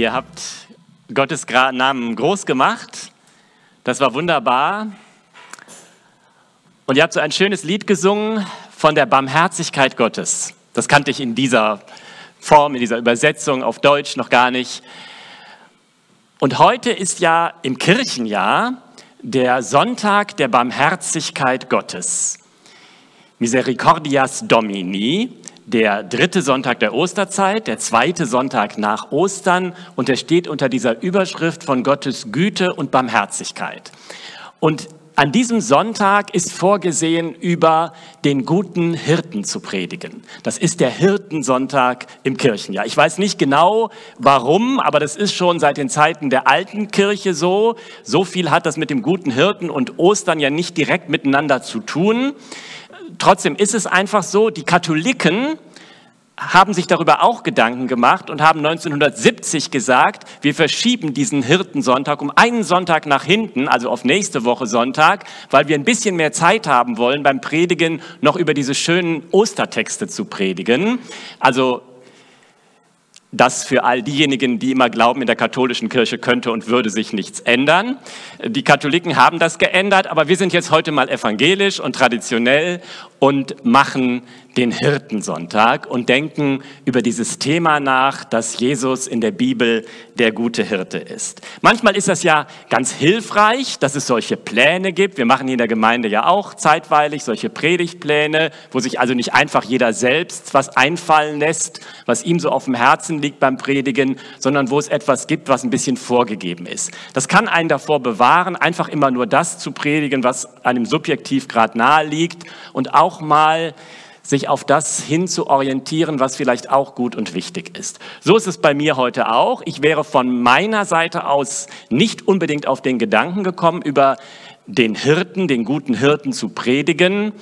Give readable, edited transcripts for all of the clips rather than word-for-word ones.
Ihr habt Gottes Namen groß gemacht. Das war wunderbar. Und ihr habt so ein schönes Lied gesungen von der Barmherzigkeit Gottes. Das kannte ich in dieser Form, in dieser Übersetzung auf Deutsch noch gar nicht. Und heute ist ja im Kirchenjahr der Sonntag der Barmherzigkeit Gottes. Misericordias Domini, der 3. Sonntag der Osterzeit, der 2. Sonntag nach Ostern, und er steht unter dieser Überschrift von Gottes Güte und Barmherzigkeit. Und an diesem Sonntag ist vorgesehen, über den guten Hirten zu predigen. Das ist der Hirtensonntag im Kirchenjahr. Ich weiß nicht genau, warum, aber das ist schon seit den Zeiten der alten Kirche so. So viel hat das mit dem guten Hirten und Ostern ja nicht direkt miteinander zu tun. Trotzdem ist es einfach so, die Katholiken haben sich darüber auch Gedanken gemacht und haben 1970 gesagt, wir verschieben diesen Hirtensonntag um einen Sonntag nach hinten, also auf nächste Woche Sonntag, weil wir ein bisschen mehr Zeit haben wollen, beim Predigen noch über diese schönen Ostertexte zu predigen. Also das für all diejenigen, die immer glauben, in der katholischen Kirche könnte und würde sich nichts ändern. Die Katholiken haben das geändert, aber wir sind jetzt heute mal evangelisch und traditionell und machen den Hirtensonntag und denken über dieses Thema nach, dass Jesus in der Bibel der gute Hirte ist. Manchmal ist das ja ganz hilfreich, dass es solche Pläne gibt. Wir machen hier in der Gemeinde ja auch zeitweilig solche Predigtpläne, wo sich also nicht einfach jeder selbst was einfallen lässt, was ihm so auf dem Herzen liegt beim Predigen, sondern wo es etwas gibt, was ein bisschen vorgegeben ist. Das kann einen davor bewahren, einfach immer nur das zu predigen, was einem subjektiv gerade nahe liegt, und auch mal sich auf das hin zu orientieren, was vielleicht auch gut und wichtig ist. So ist es bei mir heute auch. Ich wäre von meiner Seite aus nicht unbedingt auf den Gedanken gekommen, über den Hirten, den guten Hirten zu predigen.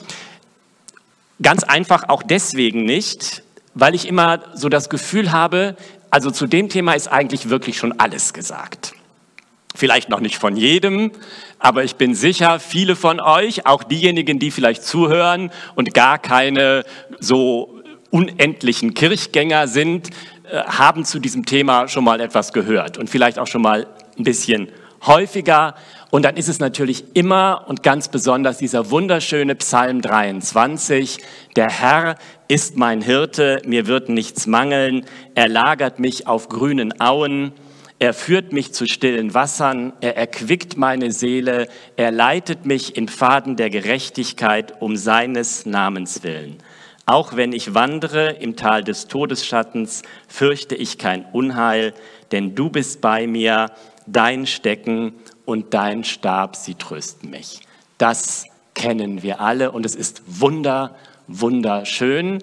Ganz einfach auch deswegen nicht, weil ich immer so das Gefühl habe, also zu dem Thema ist eigentlich wirklich schon alles gesagt. Vielleicht noch nicht von jedem, aber ich bin sicher, viele von euch, auch diejenigen, die vielleicht zuhören und gar keine so unendlichen Kirchgänger sind, haben zu diesem Thema schon mal etwas gehört und vielleicht auch schon mal ein bisschen häufiger. Und dann ist es natürlich immer und ganz besonders dieser wunderschöne Psalm 23, der Herr ist mein Hirte, mir wird nichts mangeln, er lagert mich auf grünen Auen. Er führt mich zu stillen Wassern, er erquickt meine Seele, er leitet mich in Pfaden der Gerechtigkeit um seines Namens willen. Auch wenn ich wandere im Tal des Todesschattens, fürchte ich kein Unheil, denn du bist bei mir, dein Stecken und dein Stab, sie trösten mich. Das kennen wir alle und es ist wunderschön.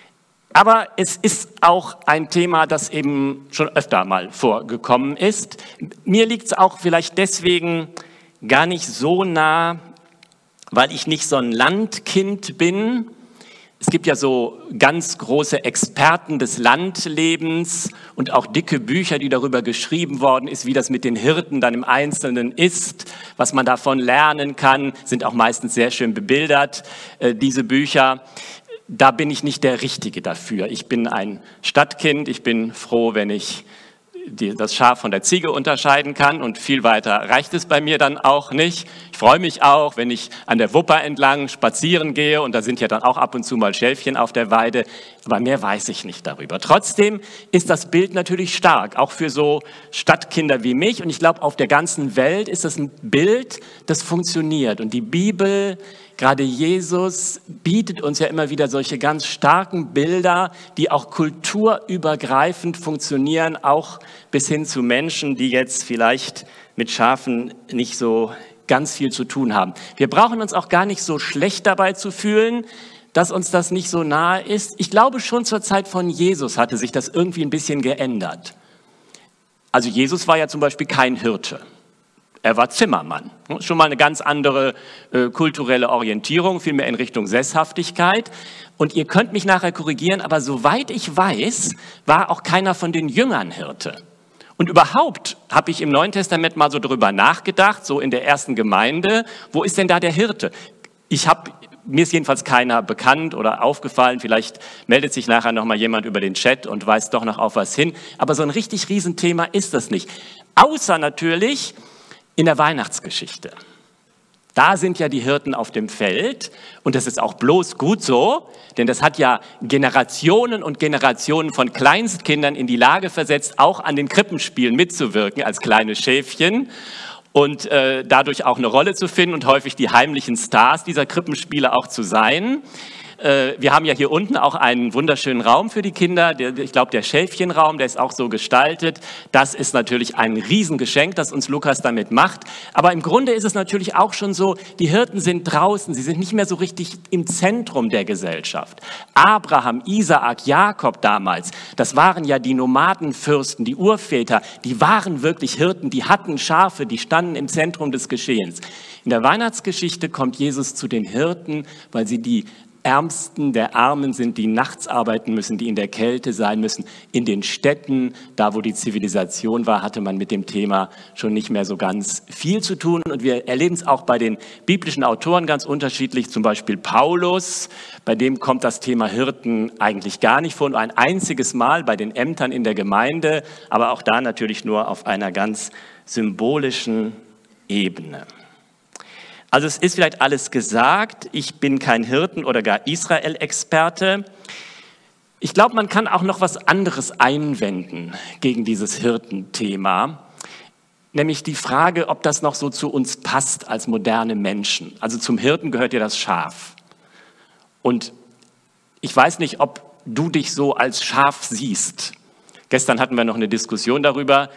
Aber es ist auch ein Thema, das eben schon öfter mal vorgekommen ist. Mir liegt es auch vielleicht deswegen gar nicht so nah, weil ich nicht so ein Landkind bin. Es gibt ja so ganz große Experten des Landlebens und auch dicke Bücher, die darüber geschrieben worden ist, wie das mit den Hirten dann im Einzelnen ist, was man davon lernen kann, sind auch meistens sehr schön bebildert, diese Bücher. Da bin ich nicht der Richtige dafür. Ich bin ein Stadtkind. Ich bin froh, wenn ich das Schaf von der Ziege unterscheiden kann, und viel weiter reicht es bei mir dann auch nicht. Ich freue mich auch, wenn ich an der Wupper entlang spazieren gehe, und da sind ja dann auch ab und zu mal Schäfchen auf der Weide, aber mehr weiß ich nicht darüber. Trotzdem ist das Bild natürlich stark, auch für so Stadtkinder wie mich, und ich glaube, auf der ganzen Welt ist das ein Bild, das funktioniert, und die Bibel, gerade Jesus, bietet uns ja immer wieder solche ganz starken Bilder, die auch kulturübergreifend funktionieren, auch bis hin zu Menschen, die jetzt vielleicht mit Schafen nicht so ganz viel zu tun haben. Wir brauchen uns auch gar nicht so schlecht dabei zu fühlen, dass uns das nicht so nahe ist. Ich glaube, schon zur Zeit von Jesus hatte sich das irgendwie ein bisschen geändert. Also Jesus war ja zum Beispiel kein Hirte. Er war Zimmermann. Schon mal eine ganz andere kulturelle Orientierung, vielmehr in Richtung Sesshaftigkeit. Und ihr könnt mich nachher korrigieren, aber soweit ich weiß, war auch keiner von den Jüngern Hirte. Und überhaupt habe ich im Neuen Testament mal so drüber nachgedacht, so in der ersten Gemeinde, wo ist denn da der Hirte? Ich habe Mir ist jedenfalls keiner bekannt oder aufgefallen. Vielleicht meldet sich nachher noch mal jemand über den Chat und weist doch noch auf was hin. Aber so ein richtig Riesenthema ist das nicht. Außer natürlich in der Weihnachtsgeschichte. Da sind ja die Hirten auf dem Feld und das ist auch bloß gut so, denn das hat ja Generationen und Generationen von Kleinstkindern in die Lage versetzt, auch an den Krippenspielen mitzuwirken als kleine Schäfchen und dadurch auch eine Rolle zu finden und häufig die heimlichen Stars dieser Krippenspiele auch zu sein. Wir haben ja hier unten auch einen wunderschönen Raum für die Kinder. Ich glaube, der Schäfchenraum, der ist auch so gestaltet. Das ist natürlich ein Riesengeschenk, das uns Lukas damit macht. Aber im Grunde ist es natürlich auch schon so, die Hirten sind draußen. Sie sind nicht mehr so richtig im Zentrum der Gesellschaft. Abraham, Isaak, Jakob damals, das waren ja die Nomadenfürsten, die Urväter. Die waren wirklich Hirten, die hatten Schafe, die standen im Zentrum des Geschehens. In der Weihnachtsgeschichte kommt Jesus zu den Hirten, weil sie die Ärmsten der Armen sind, die nachts arbeiten müssen, die in der Kälte sein müssen. In den Städten, da wo die Zivilisation war, hatte man mit dem Thema schon nicht mehr so ganz viel zu tun. Und wir erleben es auch bei den biblischen Autoren ganz unterschiedlich. Zum Beispiel Paulus, bei dem kommt das Thema Hirten eigentlich gar nicht vor. Nur ein einziges Mal bei den Ämtern in der Gemeinde, aber auch da natürlich nur auf einer ganz symbolischen Ebene. Also es ist vielleicht alles gesagt, ich bin kein Hirten oder gar Israel-Experte. Ich glaube, man kann auch noch was anderes einwenden gegen dieses Hirtenthema, nämlich die Frage, ob das noch so zu uns passt als moderne Menschen. Also zum Hirten gehört ja das Schaf. Und ich weiß nicht, ob du dich so als Schaf siehst. Gestern hatten wir noch eine Diskussion darüber,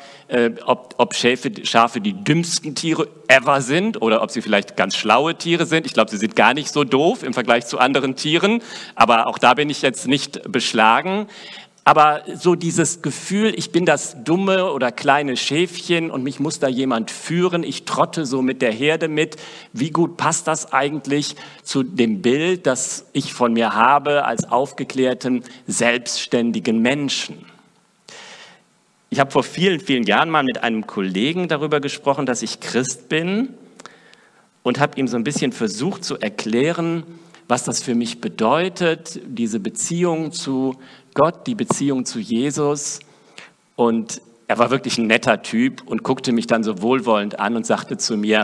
ob Schafe die dümmsten Tiere ever sind oder ob sie vielleicht ganz schlaue Tiere sind. Ich glaube, sie sind gar nicht so doof im Vergleich zu anderen Tieren, aber auch da bin ich jetzt nicht beschlagen. Aber so dieses Gefühl, ich bin das dumme oder kleine Schäfchen und mich muss da jemand führen, ich trotte so mit der Herde mit. Wie gut passt das eigentlich zu dem Bild, das ich von mir habe als aufgeklärten, selbstständigen Menschen? Ich habe vor vielen, vielen Jahren mal mit einem Kollegen darüber gesprochen, dass ich Christ bin und habe ihm so ein bisschen versucht zu erklären, was das für mich bedeutet, diese Beziehung zu Gott, die Beziehung zu Jesus. Und er war wirklich ein netter Typ und guckte mich dann so wohlwollend an und sagte zu mir,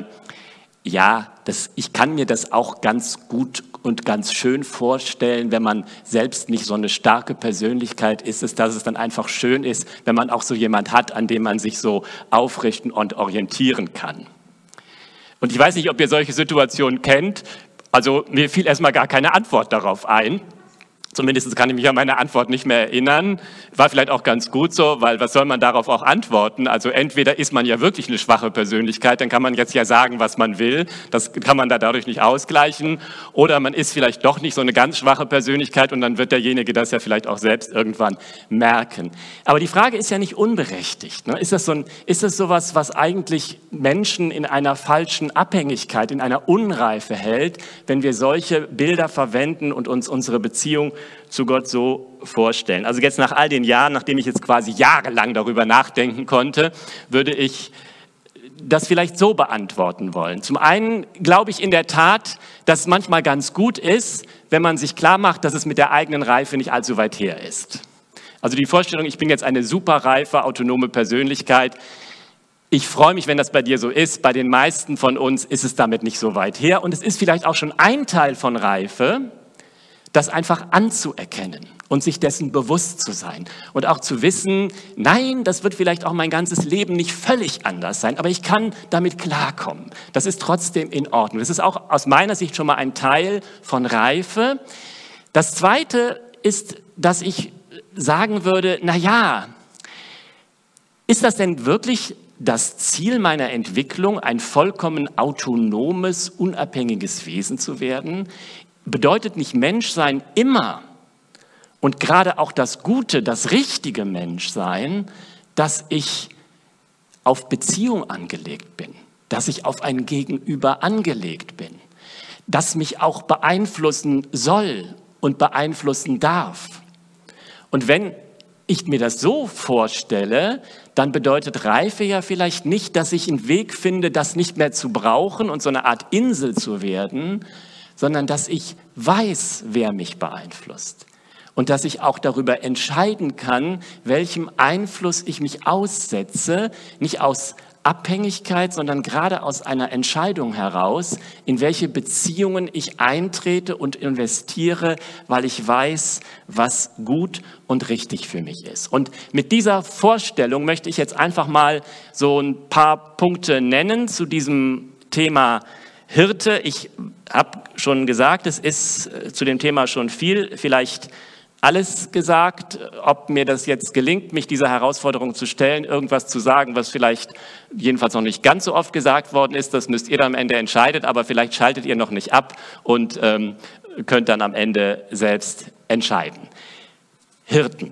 ja, ich kann mir das auch ganz gut und ganz schön vorstellen, wenn man selbst nicht so eine starke Persönlichkeit ist, dass es dann einfach schön ist, wenn man auch so jemand hat, an dem man sich so aufrichten und orientieren kann. Und ich weiß nicht, ob ihr solche Situationen kennt. Also mir fiel erstmal gar keine Antwort darauf ein. Zumindest kann ich mich an meine Antwort nicht mehr erinnern. War vielleicht auch ganz gut so, weil was soll man darauf auch antworten? Also entweder ist man ja wirklich eine schwache Persönlichkeit, dann kann man jetzt ja sagen, was man will. Das kann man da dadurch nicht ausgleichen. Oder man ist vielleicht doch nicht so eine ganz schwache Persönlichkeit und dann wird derjenige das ja vielleicht auch selbst irgendwann merken. Aber die Frage ist ja nicht unberechtigt. Ne? Ist das sowas, was eigentlich Menschen in einer falschen Abhängigkeit, in einer Unreife hält, wenn wir solche Bilder verwenden und uns unsere Beziehung zu Gott so vorstellen? Also jetzt nach all den Jahren, nachdem ich jetzt quasi jahrelang darüber nachdenken konnte, würde ich das vielleicht so beantworten wollen. Zum einen glaube ich in der Tat, dass es manchmal ganz gut ist, wenn man sich klar macht, dass es mit der eigenen Reife nicht allzu weit her ist. Also die Vorstellung, ich bin jetzt eine super reife, autonome Persönlichkeit. Ich freue mich, wenn das bei dir so ist. Bei den meisten von uns ist es damit nicht so weit her. Und es ist vielleicht auch schon ein Teil von Reife, das einfach anzuerkennen und sich dessen bewusst zu sein und auch zu wissen, nein, das wird vielleicht auch mein ganzes Leben nicht völlig anders sein, aber ich kann damit klarkommen. Das ist trotzdem in Ordnung. Das ist auch aus meiner Sicht schon mal ein Teil von Reife. Das Zweite ist, dass ich sagen würde, na ja, ist das denn wirklich das Ziel meiner Entwicklung, ein vollkommen autonomes, unabhängiges Wesen zu werden? Bedeutet nicht Menschsein immer und gerade auch das gute, das richtige Menschsein, dass ich auf Beziehung angelegt bin, dass ich auf ein Gegenüber angelegt bin, das mich auch beeinflussen soll und beeinflussen darf? Und wenn ich mir das so vorstelle, dann bedeutet Reife ja vielleicht nicht, dass ich einen Weg finde, das nicht mehr zu brauchen und so eine Art Insel zu werden, sondern dass ich weiß, wer mich beeinflusst. Und dass ich auch darüber entscheiden kann, welchem Einfluss ich mich aussetze, nicht aus Abhängigkeit, sondern gerade aus einer Entscheidung heraus, in welche Beziehungen ich eintrete und investiere, weil ich weiß, was gut und richtig für mich ist. Und mit dieser Vorstellung möchte ich jetzt einfach mal so ein paar Punkte nennen zu diesem Thema Hirte. Ich habe schon gesagt, es ist zu dem Thema schon vielleicht alles gesagt. Ob mir das jetzt gelingt, mich dieser Herausforderung zu stellen, irgendwas zu sagen, was vielleicht jedenfalls noch nicht ganz so oft gesagt worden ist, das müsst ihr dann am Ende entscheiden, aber vielleicht schaltet ihr noch nicht ab und könnt dann am Ende selbst entscheiden. Hirten.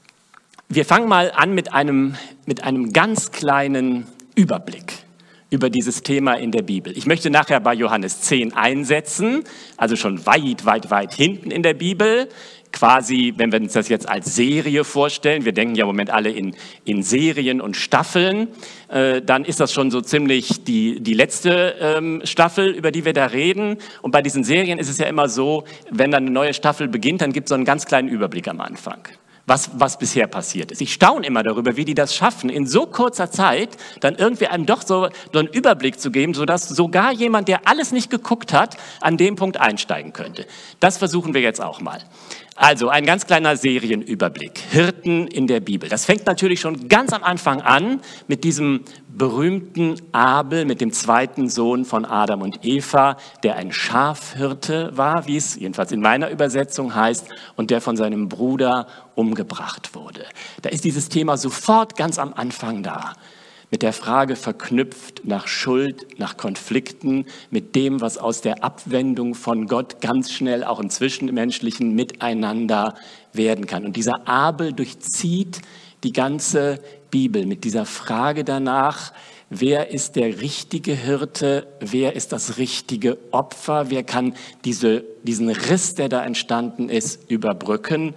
Wir fangen mal an mit einem ganz kleinen Überblick über dieses Thema in der Bibel. Ich möchte nachher bei Johannes 10 einsetzen, also schon weit hinten in der Bibel. Quasi, wenn wir uns das jetzt als Serie vorstellen, wir denken ja im Moment alle in Serien und Staffeln, dann ist das schon so ziemlich die letzte Staffel, über die wir da reden. Und bei diesen Serien ist es ja immer so, wenn dann eine neue Staffel beginnt, dann gibt es so einen ganz kleinen Überblick am Anfang, was bisher passiert ist. Ich staune immer darüber, wie die das schaffen, in so kurzer Zeit dann irgendwie einem doch so einen Überblick zu geben, sodass sogar jemand, der alles nicht geguckt hat, an dem Punkt einsteigen könnte. Das versuchen wir jetzt auch mal. Also ein ganz kleiner Serienüberblick. Hirten in der Bibel. Das fängt natürlich schon ganz am Anfang an mit diesem berühmten Abel, mit dem zweiten Sohn von Adam und Eva, der ein Schafhirte war, wie es jedenfalls in meiner Übersetzung heißt, und der von seinem Bruder umgebracht wurde. Da ist dieses Thema sofort ganz am Anfang da. Mit der Frage verknüpft nach Schuld, nach Konflikten, mit dem, was aus der Abwendung von Gott ganz schnell auch im zwischenmenschlichen Miteinander werden kann. Und dieser Abel durchzieht die ganze Bibel mit dieser Frage danach, wer ist der richtige Hirte, wer ist das richtige Opfer, wer kann diesen Riss, der da entstanden ist, überbrücken.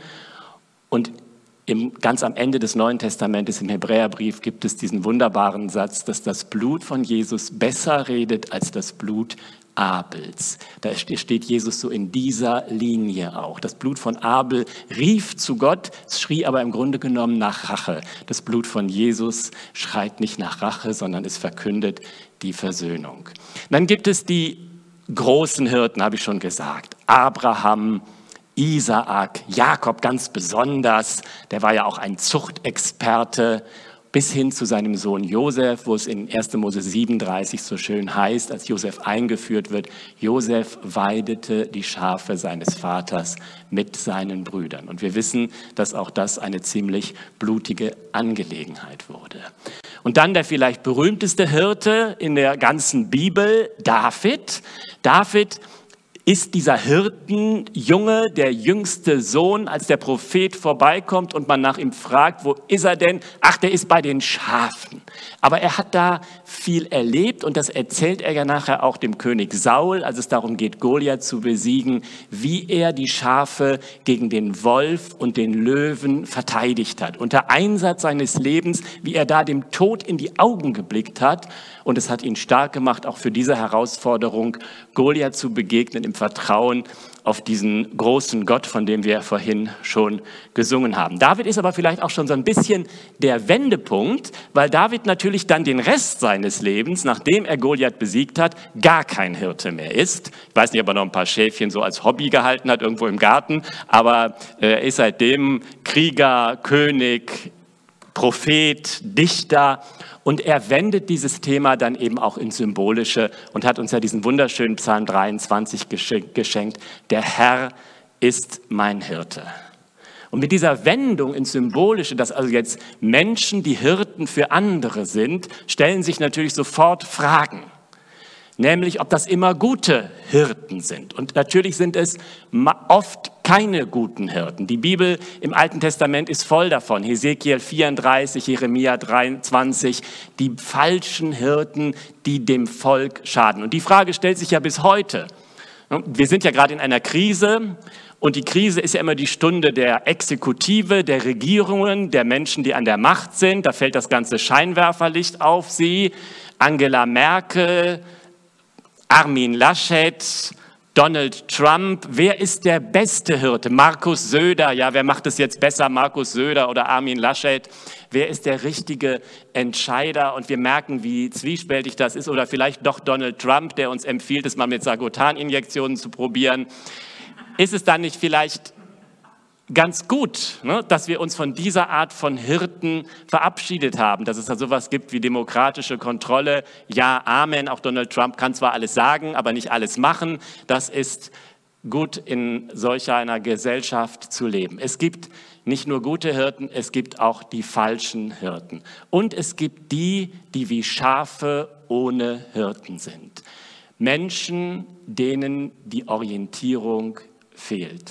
Und ganz am Ende des Neuen Testamentes, im Hebräerbrief, gibt es diesen wunderbaren Satz, dass das Blut von Jesus besser redet als das Blut Abels. Da steht Jesus so in dieser Linie auch. Das Blut von Abel rief zu Gott, es schrie aber im Grunde genommen nach Rache. Das Blut von Jesus schreit nicht nach Rache, sondern es verkündet die Versöhnung. Dann gibt es die großen Hirten, habe ich schon gesagt. Abraham, Isaak, Jakob ganz besonders, der war ja auch ein Zuchtexperte, bis hin zu seinem Sohn Josef, wo es in 1. Mose 37 so schön heißt, als Josef eingeführt wird, Josef weidete die Schafe seines Vaters mit seinen Brüdern. Und wir wissen, dass auch das eine ziemlich blutige Angelegenheit wurde. Und dann der vielleicht berühmteste Hirte in der ganzen Bibel, David. David ist dieser Hirtenjunge, der jüngste Sohn, als der Prophet vorbeikommt und man nach ihm fragt, wo ist er denn? Ach, der ist bei den Schafen. Aber er hat da viel erlebt und das erzählt er ja nachher auch dem König Saul, als es darum geht, Goliath zu besiegen, wie er die Schafe gegen den Wolf und den Löwen verteidigt hat. Unter Einsatz seines Lebens, wie er da dem Tod in die Augen geblickt hat. Und es hat ihn stark gemacht, auch für diese Herausforderung, Goliath zu begegnen, im Vertrauen auf diesen großen Gott, von dem wir vorhin schon gesungen haben. David ist aber vielleicht auch schon so ein bisschen der Wendepunkt, weil David natürlich dann den Rest seines Lebens, nachdem er Goliath besiegt hat, gar kein Hirte mehr ist. Ich weiß nicht, ob er noch ein paar Schäfchen so als Hobby gehalten hat, irgendwo im Garten, aber er ist seitdem Krieger, König, Prophet, Dichter. Und er wendet dieses Thema dann eben auch ins Symbolische und hat uns ja diesen wunderschönen Psalm 23 geschenkt. Der Herr ist mein Hirte. Und mit dieser Wendung ins Symbolische, dass also jetzt Menschen, die Hirten für andere sind, stellen sich natürlich sofort Fragen. Nämlich, ob das immer gute Hirten sind. Und natürlich sind es oft keine guten Hirten. Die Bibel im Alten Testament ist voll davon. Hesekiel 34, Jeremia 23, die falschen Hirten, die dem Volk schaden. Und die Frage stellt sich ja bis heute. Wir sind ja gerade in einer Krise. Und die Krise ist ja immer die Stunde der Exekutive, der Regierungen, der Menschen, die an der Macht sind. Da fällt das ganze Scheinwerferlicht auf sie. Angela Merkel, Armin Laschet, Donald Trump, wer ist der beste Hirte? Markus Söder, ja, wer macht es jetzt besser? Markus Söder oder Armin Laschet? Wer ist der richtige Entscheider? Und wir merken, wie zwiespältig das ist. Oder vielleicht doch Donald Trump, der uns empfiehlt, es mal mit Sargotan-Injektionen zu probieren. Ist es dann nicht vielleicht ganz gut, ne, dass wir uns von dieser Art von Hirten verabschiedet haben, dass es da sowas gibt wie demokratische Kontrolle? Ja, Amen, auch Donald Trump kann zwar alles sagen, aber nicht alles machen. Das ist gut, in solch einer Gesellschaft zu leben. Es gibt nicht nur gute Hirten, es gibt auch die falschen Hirten. Und es gibt die, die wie Schafe ohne Hirten sind. Menschen, denen die Orientierung fehlt.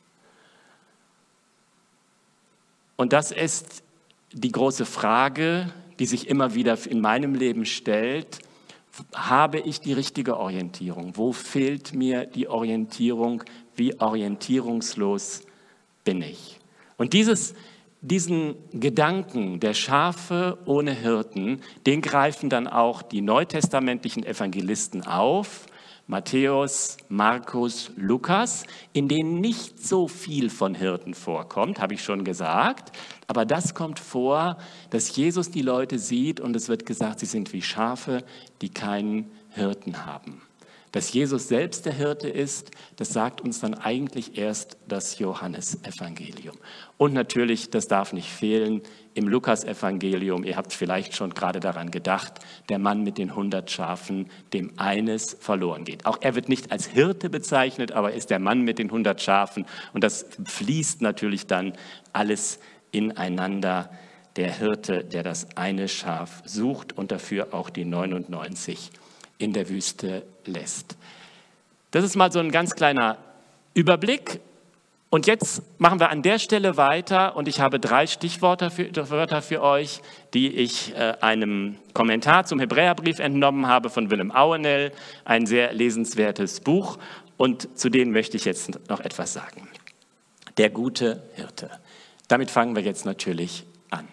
Und das ist die große Frage, die sich immer wieder in meinem Leben stellt. Habe ich die richtige Orientierung? Wo fehlt mir die Orientierung? Wie orientierungslos bin ich? Und diesen Gedanken der Schafe ohne Hirten, den greifen dann auch die neutestamentlichen Evangelisten auf, Matthäus, Markus, Lukas, in denen nicht so viel von Hirten vorkommt, habe ich schon gesagt. Aber das kommt vor, dass Jesus die Leute sieht und es wird gesagt, sie sind wie Schafe, die keinen Hirten haben. Dass Jesus selbst der Hirte ist, das sagt uns dann eigentlich erst das Johannesevangelium. Und natürlich, das darf nicht fehlen, im Lukasevangelium, ihr habt vielleicht schon gerade daran gedacht, der Mann mit den 100 Schafen, dem eines verloren geht. Auch er wird nicht als Hirte bezeichnet, aber ist der Mann mit den 100 Schafen. Und das fließt natürlich dann alles ineinander. Der Hirte, der das eine Schaf sucht und dafür auch die 99 in der Wüste lässt. Das ist mal so ein ganz kleiner Überblick. Und jetzt machen wir an der Stelle weiter und ich habe 3 Stichwörter für euch, die ich einem Kommentar zum Hebräerbrief entnommen habe von Willem Auenel, ein sehr lesenswertes Buch und zu denen möchte ich jetzt noch etwas sagen. Der gute Hirte. Damit fangen wir jetzt natürlich an.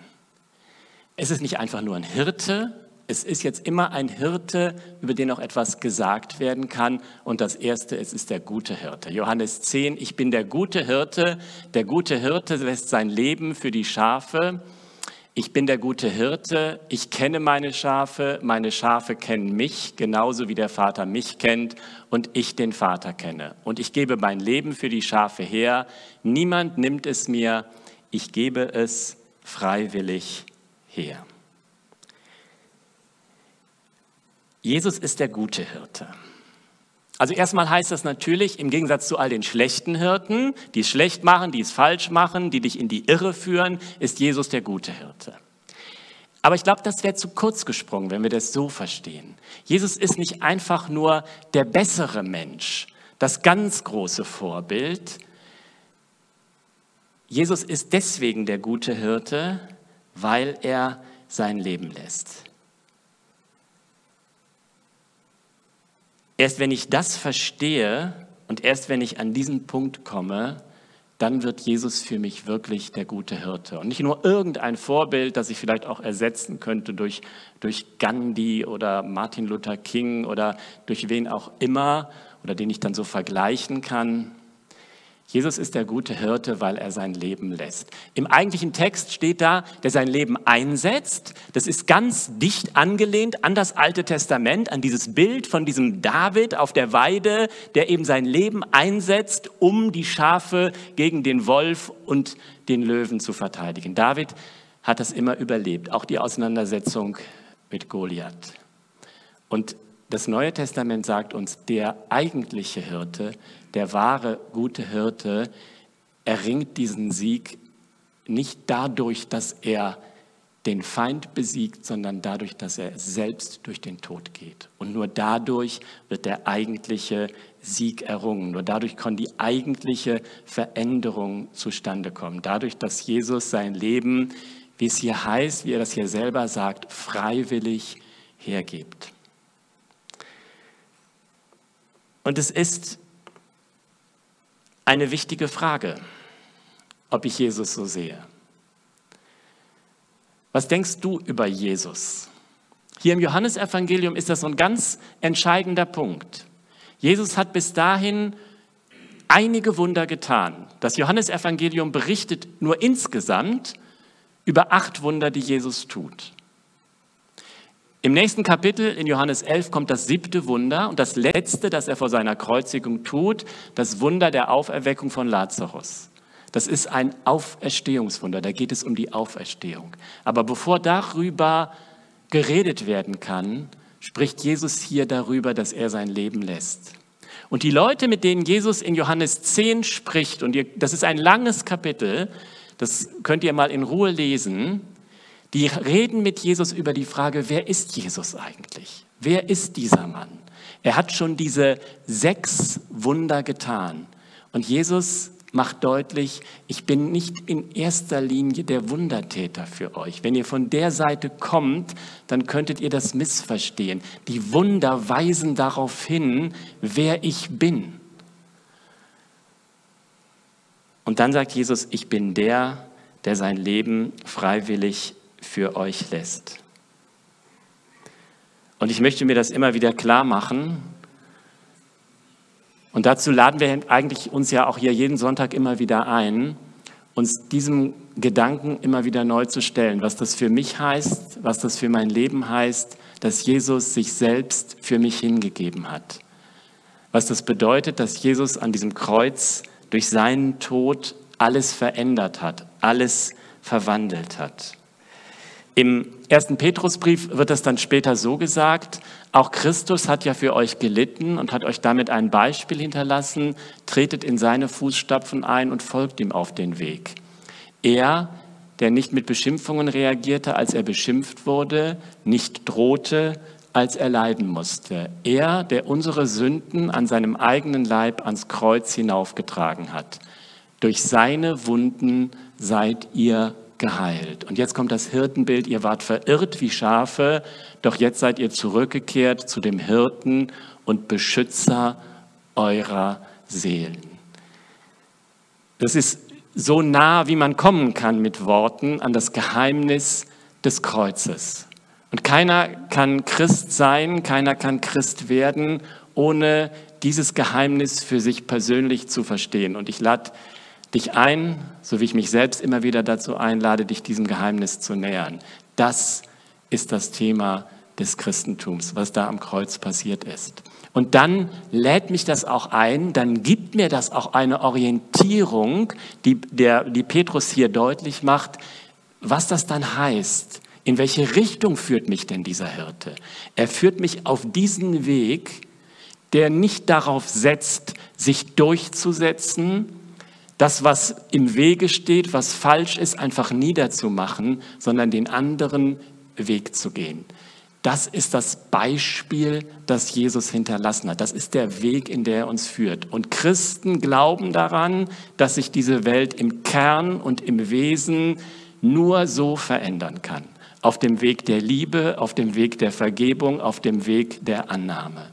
Es ist nicht einfach nur ein Hirte, es ist jetzt immer ein Hirte, über den auch etwas gesagt werden kann. Und das Erste, es ist der gute Hirte. Johannes 10, ich bin der gute Hirte. Der gute Hirte lässt sein Leben für die Schafe. Ich bin der gute Hirte. Ich kenne meine Schafe kennen mich, genauso wie der Vater mich kennt und ich den Vater kenne. Und ich gebe mein Leben für die Schafe her. Niemand nimmt es mir. Ich gebe es freiwillig her. Jesus ist der gute Hirte. Also erstmal heißt das natürlich, im Gegensatz zu all den schlechten Hirten, die es schlecht machen, die es falsch machen, die dich in die Irre führen, ist Jesus der gute Hirte. Aber ich glaube, das wäre zu kurz gesprungen, wenn wir das so verstehen. Jesus ist nicht einfach nur der bessere Mensch, das ganz große Vorbild. Jesus ist deswegen der gute Hirte, weil er sein Leben lässt. Erst wenn ich das verstehe und erst wenn ich an diesen Punkt komme, dann wird Jesus für mich wirklich der gute Hirte. Und nicht nur irgendein Vorbild, das ich vielleicht auch ersetzen könnte durch Gandhi oder Martin Luther King oder durch wen auch immer oder den ich dann so vergleichen kann. Jesus ist der gute Hirte, weil er sein Leben lässt. Im eigentlichen Text steht da, der sein Leben einsetzt. Das ist ganz dicht angelehnt an das Alte Testament, an dieses Bild von diesem David auf der Weide, der eben sein Leben einsetzt, um die Schafe gegen den Wolf und den Löwen zu verteidigen. David hat das immer überlebt, auch die Auseinandersetzung mit Goliath. Und das Neue Testament sagt uns, der eigentliche Hirte, der wahre gute Hirte, erringt diesen Sieg nicht dadurch, dass er den Feind besiegt, sondern dadurch, dass er selbst durch den Tod geht. Und nur dadurch wird der eigentliche Sieg errungen. Nur dadurch kann die eigentliche Veränderung zustande kommen. Dadurch, dass Jesus sein Leben, wie es hier heißt, wie er das hier selber sagt, freiwillig hergibt. Und es ist eine wichtige Frage, ob ich Jesus so sehe. Was denkst du über Jesus? Hier im Johannesevangelium ist das so ein ganz entscheidender Punkt. Jesus hat bis dahin einige Wunder getan. Das Johannesevangelium berichtet nur insgesamt über 8 Wunder, die Jesus tut. Im nächsten Kapitel in Johannes 11 kommt das 7. Wunder und das letzte, das er vor seiner Kreuzigung tut, das Wunder der Auferweckung von Lazarus. Das ist ein Auferstehungswunder, da geht es um die Auferstehung. Aber bevor darüber geredet werden kann, spricht Jesus hier darüber, dass er sein Leben lässt. Und die Leute, mit denen Jesus in Johannes 10 spricht, und das ist ein langes Kapitel, das könnt ihr mal in Ruhe lesen, die reden mit Jesus über die Frage, wer ist Jesus eigentlich? Wer ist dieser Mann? Er hat schon diese 6 Wunder getan. Und Jesus macht deutlich, ich bin nicht in erster Linie der Wundertäter für euch. Wenn ihr von der Seite kommt, dann könntet ihr das missverstehen. Die Wunder weisen darauf hin, wer ich bin. Und dann sagt Jesus, ich bin der sein Leben freiwillig für euch lässt. Und ich möchte mir das immer wieder klar machen. Und dazu laden wir eigentlich uns ja auch hier jeden Sonntag immer wieder ein, uns diesem Gedanken immer wieder neu zu stellen, was das für mich heißt, was das für mein Leben heißt, dass Jesus sich selbst für mich hingegeben hat. Was das bedeutet, dass Jesus an diesem Kreuz durch seinen Tod alles verändert hat, alles verwandelt hat. Im 1. Petrusbrief wird das dann später so gesagt, auch Christus hat ja für euch gelitten und hat euch damit ein Beispiel hinterlassen, tretet in seine Fußstapfen ein und folgt ihm auf den Weg. Er, der nicht mit Beschimpfungen reagierte, als er beschimpft wurde, nicht drohte, als er leiden musste. Er, der unsere Sünden an seinem eigenen Leib ans Kreuz hinaufgetragen hat. Durch seine Wunden seid ihr geheilt. Und jetzt kommt das Hirtenbild, ihr wart verirrt wie Schafe, doch jetzt seid ihr zurückgekehrt zu dem Hirten und Beschützer eurer Seelen. Das ist so nah, wie man kommen kann mit Worten an das Geheimnis des Kreuzes. Und keiner kann Christ sein, keiner kann Christ werden, ohne dieses Geheimnis für sich persönlich zu verstehen. Und ich lade dich ein, so wie ich mich selbst immer wieder dazu einlade, dich diesem Geheimnis zu nähern. Das ist das Thema des Christentums, was da am Kreuz passiert ist. Und dann lädt mich das auch ein, dann gibt mir das auch eine Orientierung, die Petrus hier deutlich macht, was das dann heißt. In welche Richtung führt mich denn dieser Hirte? Er führt mich auf diesen Weg, der nicht darauf setzt, sich durchzusetzen, das, was im Wege steht, was falsch ist, einfach niederzumachen, sondern den anderen Weg zu gehen. Das ist das Beispiel, das Jesus hinterlassen hat. Das ist der Weg, in der er uns führt. Und Christen glauben daran, dass sich diese Welt im Kern und im Wesen nur so verändern kann. Auf dem Weg der Liebe, auf dem Weg der Vergebung, auf dem Weg der Annahme.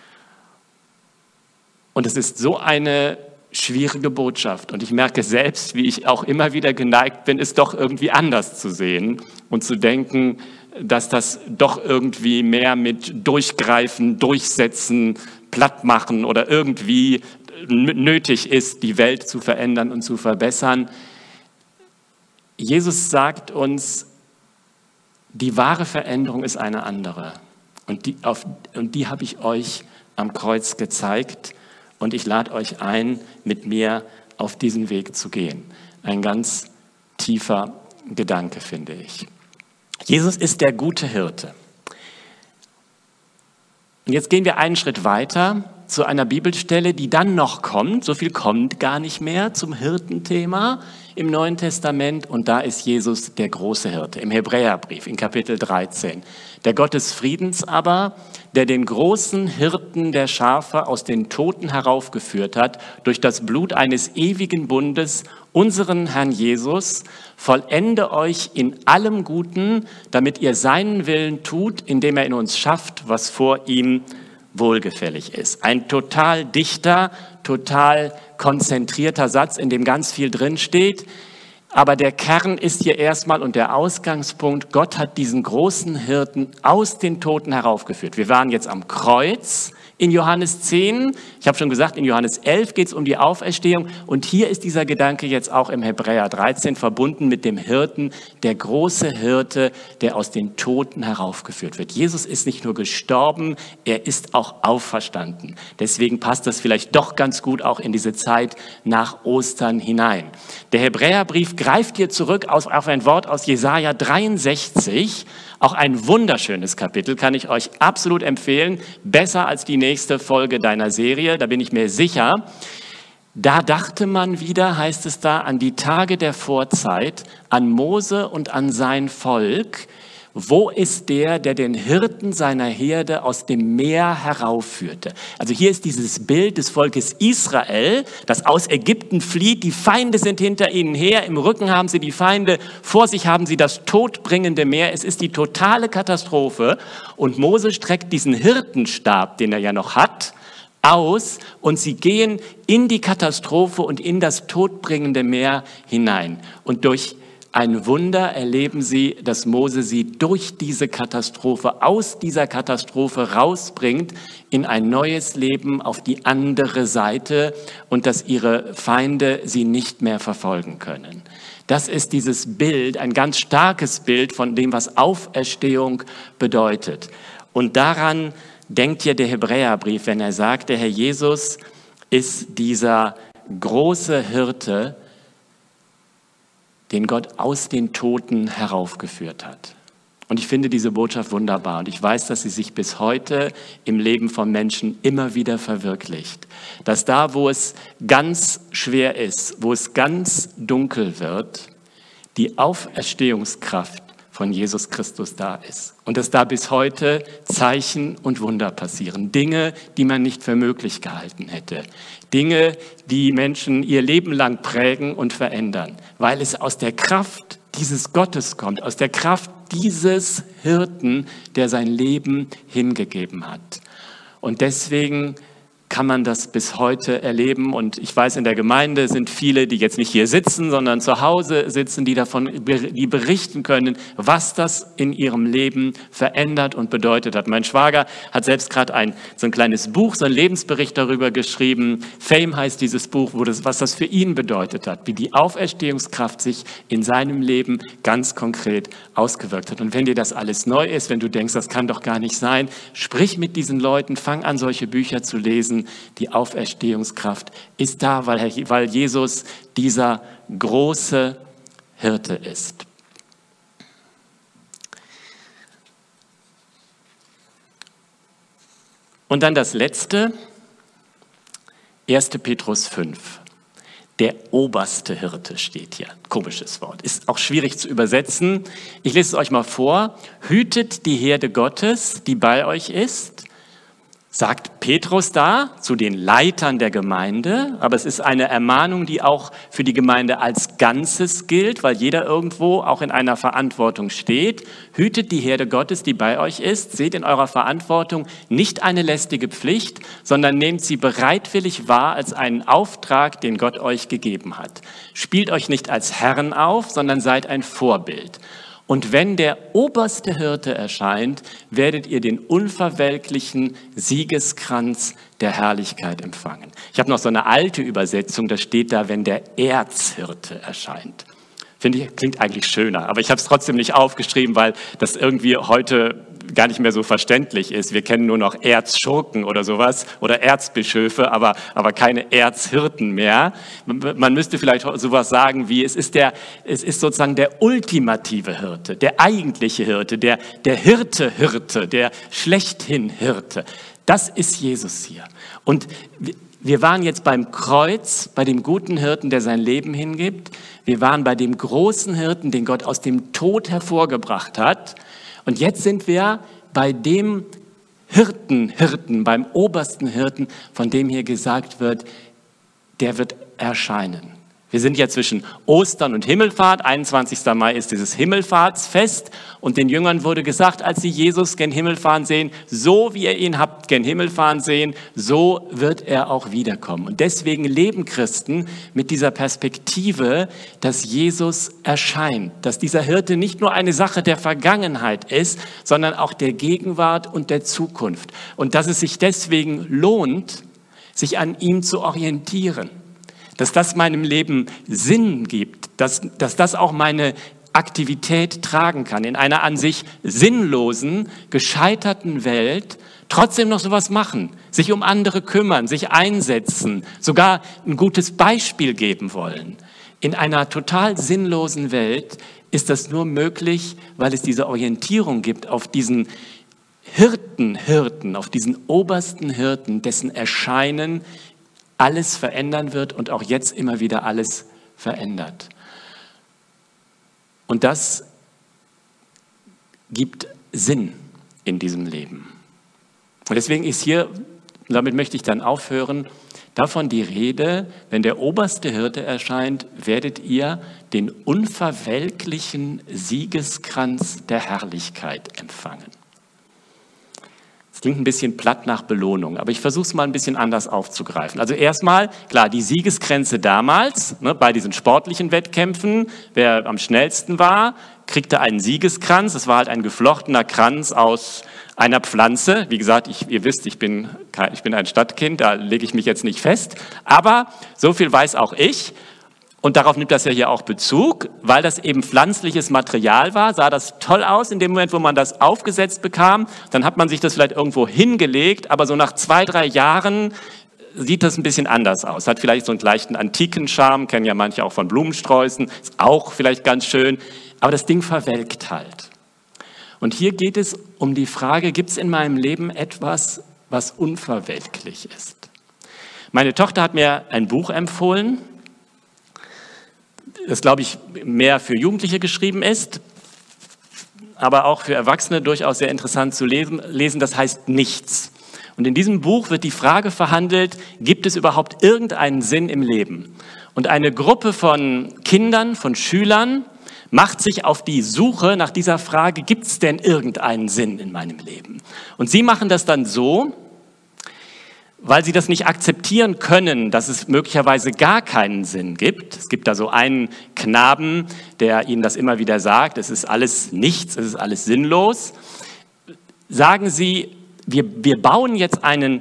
Und es ist so eine schwierige Botschaft. Und ich merke selbst, wie ich auch immer wieder geneigt bin, es doch irgendwie anders zu sehen und zu denken, dass das doch irgendwie mehr mit Durchgreifen, Durchsetzen, Plattmachen oder irgendwie nötig ist, die Welt zu verändern und zu verbessern. Jesus sagt uns, die wahre Veränderung ist eine andere. Und die habe ich euch am Kreuz gezeigt. Und ich lade euch ein, mit mir auf diesen Weg zu gehen. Ein ganz tiefer Gedanke, finde ich. Jesus ist der gute Hirte. Und jetzt gehen wir einen Schritt weiter zu einer Bibelstelle, die dann noch kommt. So viel kommt gar nicht mehr zum Hirtenthema im Neuen Testament. Und da ist Jesus der große Hirte im Hebräerbrief in Kapitel 13. Der Gott des Friedens aber, der den großen Hirten der Schafe aus den Toten heraufgeführt hat, durch das Blut eines ewigen Bundes, unseren Herrn Jesus, vollende euch in allem Guten, damit ihr seinen Willen tut, indem er in uns schafft, was vor ihm wohlgefällig ist. Ein total dichter, total konzentrierter Satz, in dem ganz viel drin steht. Aber der Kern ist hier erstmal und der Ausgangspunkt, Gott hat diesen großen Hirten aus den Toten heraufgeführt. Wir waren jetzt am Kreuz, In Johannes 10, ich habe schon gesagt, in Johannes 11 geht es um die Auferstehung. Und hier ist dieser Gedanke jetzt auch im Hebräer 13 verbunden mit dem Hirten, der große Hirte, der aus den Toten heraufgeführt wird. Jesus ist nicht nur gestorben, er ist auch auferstanden. Deswegen passt das vielleicht doch ganz gut auch in diese Zeit nach Ostern hinein. Der Hebräerbrief greift hier zurück auf ein Wort aus Jesaja 63, auch ein wunderschönes Kapitel, kann ich euch absolut empfehlen, besser als die nächste Folge deiner Serie, da bin ich mir sicher. Da dachte man wieder, heißt es da, an die Tage der Vorzeit, an Mose und an sein Volk. Wo ist der, der den Hirten seiner Herde aus dem Meer heraufführte? Also hier ist dieses Bild des Volkes Israel, das aus Ägypten flieht. Die Feinde sind hinter ihnen her, im Rücken haben sie die Feinde, vor sich haben sie das todbringende Meer. Es ist die totale Katastrophe. Und Mose streckt diesen Hirtenstab, den er ja noch hat, aus und sie gehen in die Katastrophe und in das todbringende Meer hinein. Und durch ein Wunder erleben sie, dass Mose sie durch diese Katastrophe, aus dieser Katastrophe rausbringt in ein neues Leben auf die andere Seite und dass ihre Feinde sie nicht mehr verfolgen können. Das ist dieses Bild, ein ganz starkes Bild von dem, was Auferstehung bedeutet. Und daran denkt hier der Hebräerbrief, wenn er sagt, der Herr Jesus ist dieser große Hirte, den Gott aus den Toten heraufgeführt hat. Und ich finde diese Botschaft wunderbar und ich weiß, dass sie sich bis heute im Leben von Menschen immer wieder verwirklicht. Dass da, wo es ganz schwer ist, wo es ganz dunkel wird, die Auferstehungskraft von Jesus Christus da ist. Und dass da bis heute Zeichen und Wunder passieren. Dinge, die man nicht für möglich gehalten hätte. Dinge, die Menschen ihr Leben lang prägen und verändern. Weil es aus der Kraft dieses Gottes kommt, aus der Kraft dieses Hirten, der sein Leben hingegeben hat. Und deswegen kann man das bis heute erleben. Und ich weiß, in der Gemeinde sind viele, die jetzt nicht hier sitzen, sondern zu Hause sitzen, die berichten können, was das in ihrem Leben verändert und bedeutet hat. Mein Schwager hat selbst gerade so ein kleines Buch, so einen Lebensbericht darüber geschrieben. Fame heißt dieses Buch, was das für ihn bedeutet hat, wie die Auferstehungskraft sich in seinem Leben ganz konkret ausgewirkt hat. Und wenn dir das alles neu ist, wenn du denkst, das kann doch gar nicht sein, sprich mit diesen Leuten, fang an, solche Bücher zu lesen. Die Auferstehungskraft ist da, weil Jesus dieser große Hirte ist. Und dann das Letzte, 1. Petrus 5. Der oberste Hirte steht hier. Komisches Wort. Ist auch schwierig zu übersetzen. Ich lese es euch mal vor. Hütet die Herde Gottes, die bei euch ist, sagt Petrus da zu den Leitern der Gemeinde, aber es ist eine Ermahnung, die auch für die Gemeinde als Ganzes gilt, weil jeder irgendwo auch in einer Verantwortung steht. Hütet die Herde Gottes, die bei euch ist, seht in eurer Verantwortung nicht eine lästige Pflicht, sondern nehmt sie bereitwillig wahr als einen Auftrag, den Gott euch gegeben hat. Spielt euch nicht als Herren auf, sondern seid ein Vorbild. Und wenn der oberste Hirte erscheint, werdet ihr den unverwelklichen Siegeskranz der Herrlichkeit empfangen. Ich habe noch so eine alte Übersetzung, da steht da, wenn der Erzhirte erscheint. Finde ich, klingt eigentlich schöner, aber ich habe es trotzdem nicht aufgeschrieben, weil das irgendwie heute gar nicht mehr so verständlich ist. Wir kennen nur noch Erzschurken oder sowas oder Erzbischöfe, aber keine Erzhirten mehr. Man müsste vielleicht sowas sagen wie, es ist sozusagen der ultimative Hirte, der eigentliche Hirte, der Hirte, der schlechthin Hirte. Das ist Jesus hier. Und wir waren jetzt beim Kreuz, bei dem guten Hirten, der sein Leben hingibt. Wir waren bei dem großen Hirten, den Gott aus dem Tod hervorgebracht hat. Und jetzt sind wir bei dem Hirten, beim obersten Hirten, von dem hier gesagt wird, der wird erscheinen. Wir sind ja zwischen Ostern und Himmelfahrt. 21. Mai ist dieses Himmelfahrtsfest. Und den Jüngern wurde gesagt, als sie Jesus gen Himmel fahren sehen, so wie ihr ihn habt gen Himmel fahren sehen, so wird er auch wiederkommen. Und deswegen leben Christen mit dieser Perspektive, dass Jesus erscheint. Dass dieser Hirte nicht nur eine Sache der Vergangenheit ist, sondern auch der Gegenwart und der Zukunft. Und dass es sich deswegen lohnt, sich an ihm zu orientieren. Dass das meinem Leben Sinn gibt, dass das auch meine Aktivität tragen kann. In einer an sich sinnlosen, gescheiterten Welt trotzdem noch sowas machen, sich um andere kümmern, sich einsetzen, sogar ein gutes Beispiel geben wollen. In einer total sinnlosen Welt ist das nur möglich, weil es diese Orientierung gibt auf diesen Hirten, auf diesen obersten Hirten, dessen Erscheinen alles verändern wird und auch jetzt immer wieder alles verändert. Und das gibt Sinn in diesem Leben. Und deswegen ist hier, und damit möchte ich dann aufhören, davon die Rede, wenn der oberste Hirte erscheint, werdet ihr den unverwelklichen Siegeskranz der Herrlichkeit empfangen. Das klingt ein bisschen platt nach Belohnung, aber ich versuche es mal ein bisschen anders aufzugreifen. Also erstmal, klar, die Siegeskränze damals, bei diesen sportlichen Wettkämpfen, wer am schnellsten war, kriegte einen Siegeskranz. Das war halt ein geflochtener Kranz aus einer Pflanze. Wie gesagt, ihr wisst, ich bin ein Stadtkind, da lege ich mich jetzt nicht fest. Aber so viel weiß auch ich. Und darauf nimmt das ja hier auch Bezug, weil das eben pflanzliches Material war, sah das toll aus in dem Moment, wo man das aufgesetzt bekam. Dann hat man sich das vielleicht irgendwo hingelegt, aber so nach 2-3 Jahren sieht das ein bisschen anders aus. Hat vielleicht so einen leichten antiken Charme, kennen ja manche auch von Blumensträußen, ist auch vielleicht ganz schön, aber das Ding verwelkt halt. Und hier geht es um die Frage, gibt es in meinem Leben etwas, was unverwelklich ist? Meine Tochter hat mir ein Buch empfohlen, das, glaube ich, mehr für Jugendliche geschrieben ist, aber auch für Erwachsene durchaus sehr interessant zu lesen. Das heißt Nichts. Und in diesem Buch wird die Frage verhandelt, gibt es überhaupt irgendeinen Sinn im Leben? Und eine Gruppe von Kindern, von Schülern macht sich auf die Suche nach dieser Frage, gibt es denn irgendeinen Sinn in meinem Leben? Und sie machen das dann so, weil sie das nicht akzeptieren können, dass es möglicherweise gar keinen Sinn gibt. Es gibt da so einen Knaben, der ihnen das immer wieder sagt, es ist alles nichts, es ist alles sinnlos. Sagen sie, wir bauen jetzt einen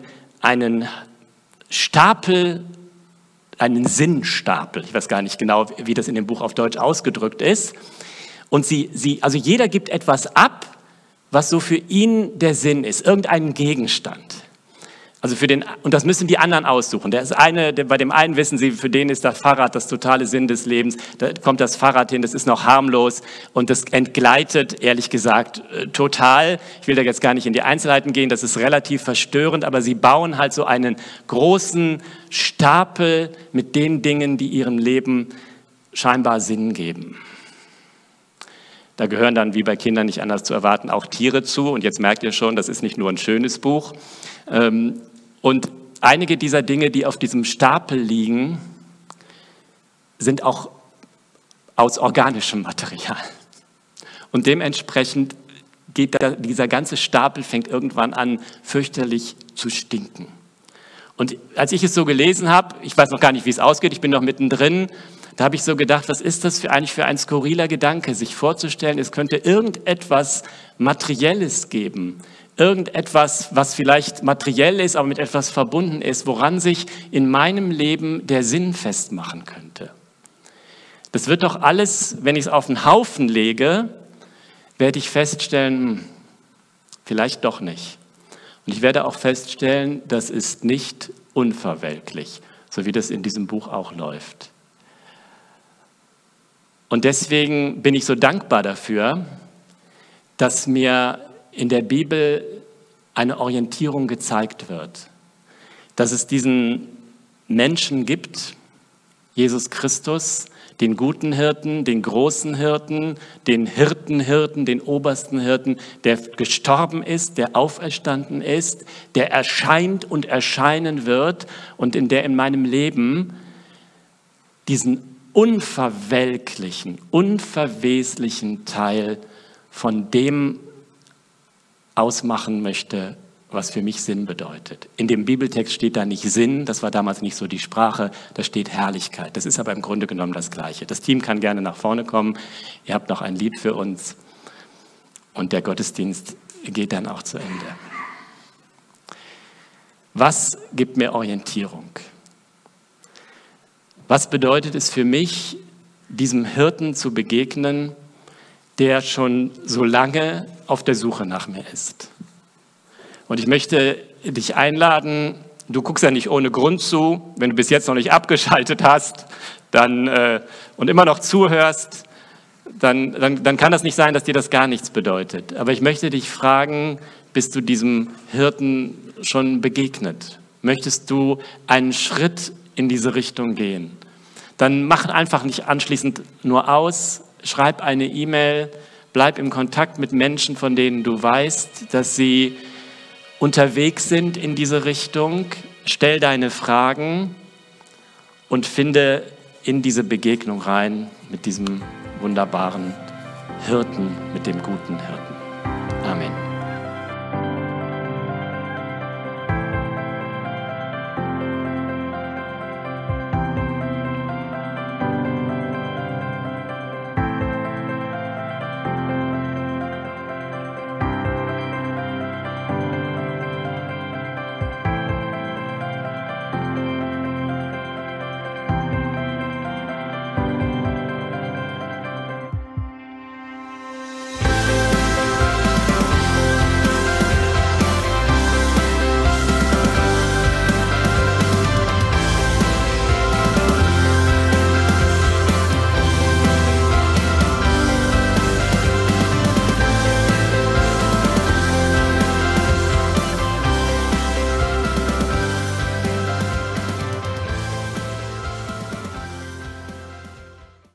Stapel, einen Sinnstapel. Ich weiß gar nicht genau, wie das in dem Buch auf Deutsch ausgedrückt ist. Und also jeder gibt etwas ab, was so für ihn der Sinn ist, irgendeinen Gegenstand. Also und das müssen die anderen aussuchen. Bei dem einen wissen sie, für den ist das Fahrrad das totale Sinn des Lebens. Da kommt das Fahrrad hin, das ist noch harmlos und das entgleitet, ehrlich gesagt, total. Ich will da jetzt gar nicht in die Einzelheiten gehen, das ist relativ verstörend, aber sie bauen halt so einen großen Stapel mit den Dingen, die ihrem Leben scheinbar Sinn geben. Da gehören dann, wie bei Kindern nicht anders zu erwarten, auch Tiere zu. Und jetzt merkt ihr schon, das ist nicht nur ein schönes Buch. Und einige dieser Dinge, die auf diesem Stapel liegen, sind auch aus organischem Material. Und dementsprechend dieser ganze Stapel fängt irgendwann an, fürchterlich zu stinken. Und als ich es so gelesen habe, ich weiß noch gar nicht, wie es ausgeht, ich bin noch mittendrin, da habe ich so gedacht, was ist das eigentlich für ein skurriler Gedanke, sich vorzustellen, es könnte irgendetwas Materielles geben, irgendetwas, was vielleicht materiell ist, aber mit etwas verbunden ist, woran sich in meinem Leben der Sinn festmachen könnte. Das wird doch alles, wenn ich es auf den Haufen lege, werde ich feststellen, vielleicht doch nicht. Und ich werde auch feststellen, das ist nicht unverwelklich, so wie das in diesem Buch auch läuft. Und deswegen bin ich so dankbar dafür, dass mir in der Bibel eine Orientierung gezeigt wird, dass es diesen Menschen gibt, Jesus Christus, den guten Hirten, den großen Hirten, den Hirtenhirten, den obersten Hirten, der gestorben ist, der auferstanden ist, der erscheint und erscheinen wird und in der in meinem Leben diesen unverwelklichen, unverweslichen Teil von dem ausmachen möchte, was für mich Sinn bedeutet. In dem Bibeltext steht da nicht Sinn, das war damals nicht so die Sprache, da steht Herrlichkeit. Das ist aber im Grunde genommen das Gleiche. Das Team kann gerne nach vorne kommen, ihr habt noch ein Lied für uns und der Gottesdienst geht dann auch zu Ende. Was gibt mir Orientierung? Was bedeutet es für mich, diesem Hirten zu begegnen, der schon so lange auf der Suche nach mir ist? Und ich möchte dich einladen, du guckst ja nicht ohne Grund zu, wenn du bis jetzt noch nicht abgeschaltet hast und immer noch zuhörst, dann kann das nicht sein, dass dir das gar nichts bedeutet. Aber ich möchte dich fragen, bist du diesem Hirten schon begegnet? Möchtest du einen Schritt in diese Richtung gehen? Dann mach einfach nicht anschließend nur aus, schreib eine E-Mail, bleib im Kontakt mit Menschen, von denen du weißt, dass sie unterwegs sind in diese Richtung, stell deine Fragen und finde in diese Begegnung rein mit diesem wunderbaren Hirten, mit dem guten Hirten. Amen.